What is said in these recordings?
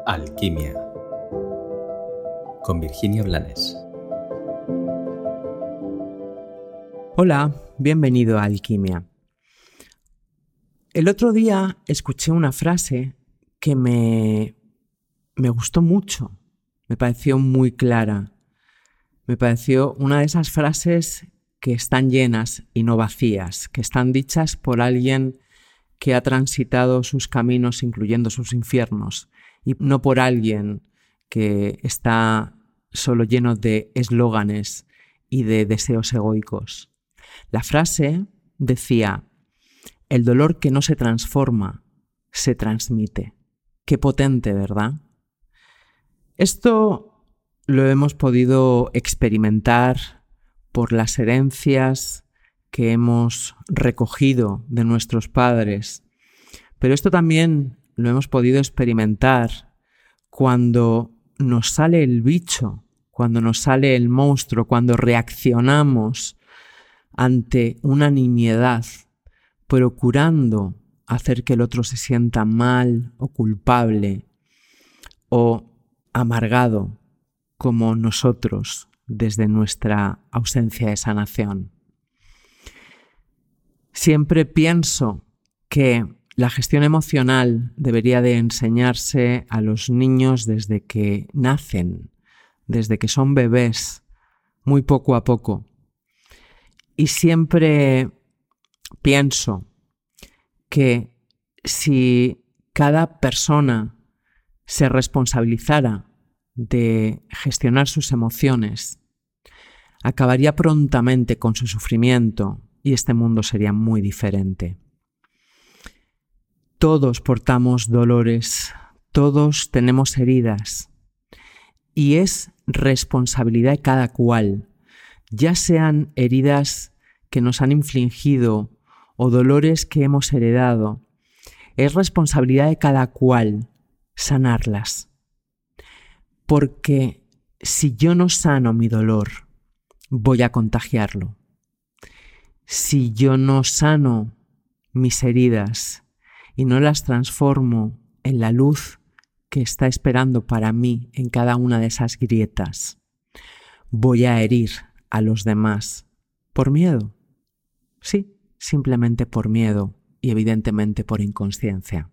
Alquimia con Virginia Blanes. Hola, bienvenido a Alquimia. El otro día escuché una frase que me gustó mucho, me pareció muy clara. Me pareció una de esas frases que están llenas y no vacías, que están dichas por alguien que ha transitado sus caminos, incluyendo sus infiernos, y no por alguien que está solo lleno de eslóganes y de deseos egoicos. La frase decía: el dolor que no se transforma, se transmite. Qué potente, ¿verdad? Esto lo hemos podido experimentar por las herencias que hemos recogido de nuestros padres, pero esto también lo hemos podido experimentar cuando nos sale el bicho, cuando nos sale el monstruo, cuando reaccionamos ante una nimiedad, procurando hacer que el otro se sienta mal o culpable o amargado como nosotros desde nuestra ausencia de sanación. Siempre pienso que la gestión emocional debería de enseñarse a los niños desde que nacen, desde que son bebés, muy poco a poco. Y siempre pienso que si cada persona se responsabilizara de gestionar sus emociones, acabaría prontamente con su sufrimiento y este mundo sería muy diferente. Todos portamos dolores, todos tenemos heridas y es responsabilidad de cada cual, ya sean heridas que nos han infligido o dolores que hemos heredado, es responsabilidad de cada cual sanarlas. Porque si yo no sano mi dolor, voy a contagiarlo. Si yo no sano mis heridas y no las transformo en la luz que está esperando para mí en cada una de esas grietas, voy a herir a los demás por miedo. Sí, simplemente por miedo y evidentemente por inconsciencia.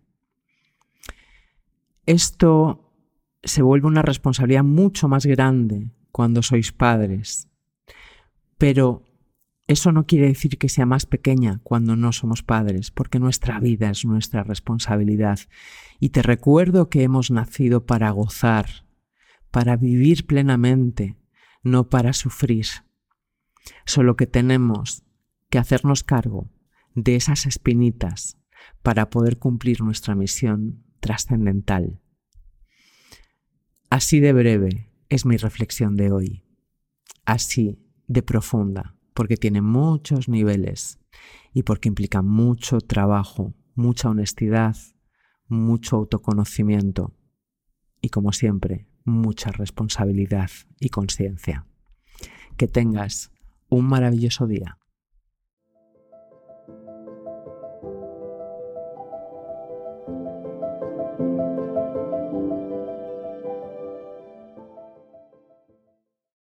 Esto se vuelve una responsabilidad mucho más grande cuando sois padres, pero eso no quiere decir que sea más pequeña cuando no somos padres, porque nuestra vida es nuestra responsabilidad. Y te recuerdo que hemos nacido para gozar, para vivir plenamente, no para sufrir. Solo que tenemos que hacernos cargo de esas espinitas para poder cumplir nuestra misión trascendental. Así de breve es mi reflexión de hoy, así de profunda, porque tiene muchos niveles y porque implica mucho trabajo, mucha honestidad, mucho autoconocimiento y, como siempre, mucha responsabilidad y conciencia. Que tengas un maravilloso día.